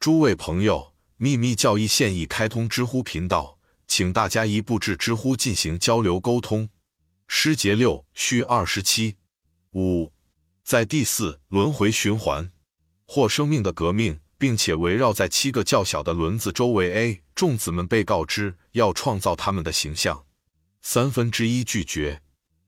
诸位朋友，秘密教义现已开通知乎频道，请大家一步至知乎进行交流沟通。诗节6序27 5，在第4轮回循环或生命的革命，并且围绕在7个较小的轮子周围。A 众子们被告知要创造他们的形象，1/3拒绝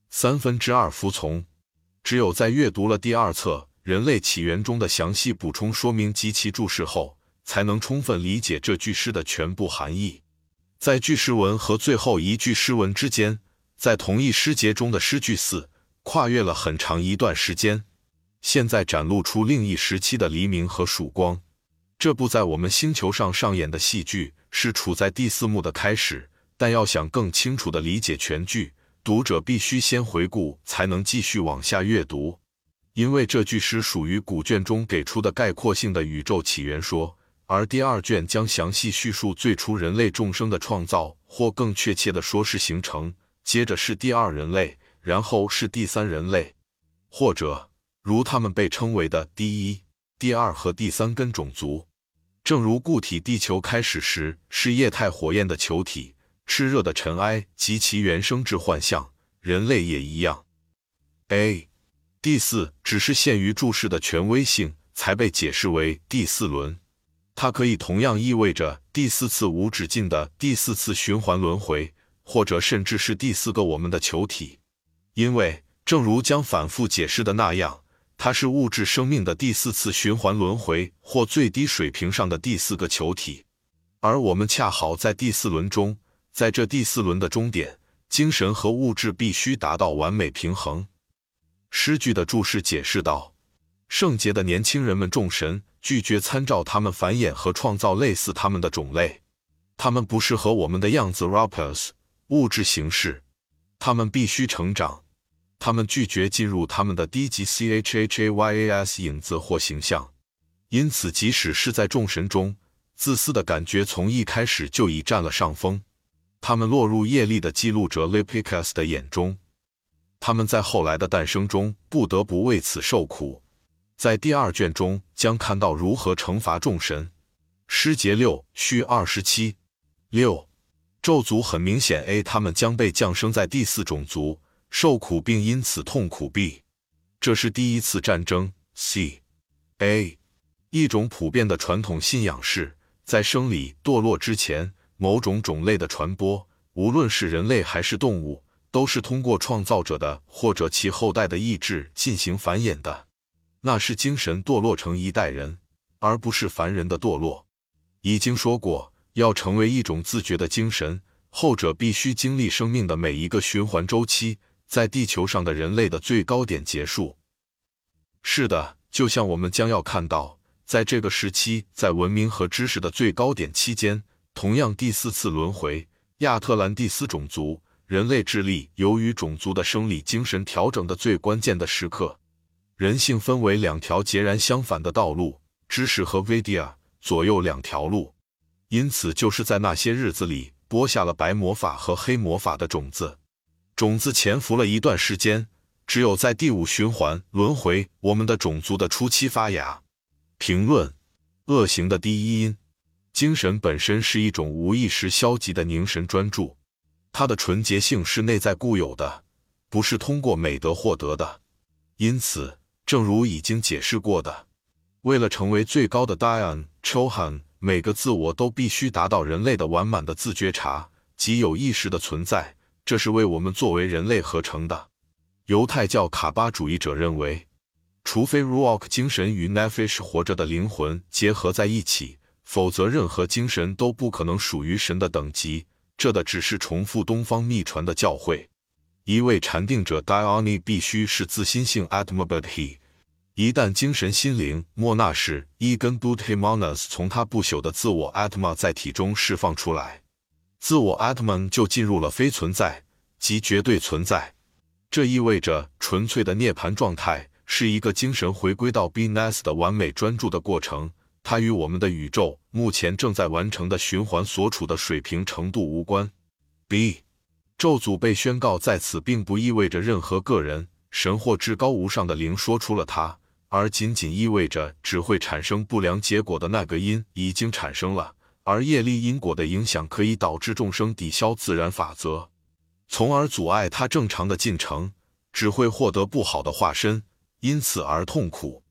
，2/3服从。只有在阅读了第2册《人类起源》中的详细补充说明及其注释后，才能充分理解这句诗的全部含义。在句诗文和最后一句诗文之间，在同一诗节中的诗句4跨越了很长一段时间，现在展露出另一时期的黎明和曙光。这部在我们星球上上演的戏剧是处在第4幕的开始，但要想更清楚地理解全剧，读者必须先回顾才能继续往下阅读。因为这句诗属于古卷中给出的概括性的宇宙起源说，而第2卷将详细叙述最初人类众生的创造，或更确切地说是形成，接着是第2人类，然后是第3人类，或者如他们被称为的第1、第2和第3根种族。正如固体地球开始时是液态火焰的球体、炽热的尘埃及其原生质幻象，人类也一样。A第4只是限于注释的权威性，才被解释为第4轮。它可以同样意味着第4次无止境的第4次循环轮回，或者甚至是第4个我们的球体。因为正如将反复解释的那样，它是物质生命的第4次循环轮回，或最低水平上的第4个球体。而我们恰好在第4轮中，在这第4轮的终点，精神和物质必须达到完美平衡。诗句的注释解释道，圣洁的年轻人们众神拒绝参照他们繁衍和创造类似他们的种类，他们不适合我们的样子 rapus 物质形式，他们必须成长，他们拒绝进入他们的低级 chhayas 影子或形象。因此即使是在众神中，自私的感觉从一开始就已占了上风，他们落入业力的记录者 Lipicus 的眼中，他们在后来的诞生中不得不为此受苦。在第2卷中将看到如何惩罚众神。诗节6序27 6，咒诅很明显 A 他们将被降生在第4种族，受苦并因此痛苦 B 这是第1次战争 C A 一种普遍的传统信仰是，在生理堕落之前，某种种类的传播，无论是人类还是动物，都是通过创造者的或者其后代的意志进行繁衍的。那是精神堕落成一代人，而不是凡人的堕落。已经说过，要成为一种自觉的精神，后者必须经历生命的每一个循环周期，在地球上的人类的最高点结束。是的，就像我们将要看到，在这个时期，在文明和知识的最高点期间，同样第4次轮回，亚特兰蒂斯种族，人类智力由于种族的生理精神调整的最关键的时刻。人性分为2条截然相反的道路，知识和 Vidya 左右2条路。因此就是在那些日子里，播下了白魔法和黑魔法的种子。种子潜伏了一段时间，只有在第5循环轮回，我们的种族的初期发芽。评论：恶行的第一因。精神本身是一种无意识消极的凝神专注，它的纯洁性是内在固有的，不是通过美德获得的。因此正如已经解释过的，为了成为最高的 Dian Chohan， 每个自我都必须达到人类的完满的自觉察及有意识的存在，这是为我们作为人类合成的。犹太教卡巴主义者认为，除非 Ruach 精神与 Nefesh 活着的灵魂结合在一起，否则任何精神都不可能属于神的等级。这的只是重复东方秘传的教诲。一位禅定者 Diony 必须是自心性 Atmabudhi， 一旦精神心灵莫那时一根 Buddhimanas 从他不朽的自我 Atma 在体中释放出来，自我 Atman 就进入了非存在即绝对存在。这意味着纯粹的涅槃状态是一个精神回归到 Bnas 的完美专注的过程，它与我们的宇宙目前正在完成的循环所处的水平程度无关。B 咒诅被宣告在此并不意味着任何个人、神或至高无上的灵说出了它， 而仅仅意味着只会产生不良结果的那个因已经产生了，而业力因果的影响可以导致众生抵消自然法则，从而阻碍它正常的进程，只会获得不好的化身，因此而痛苦。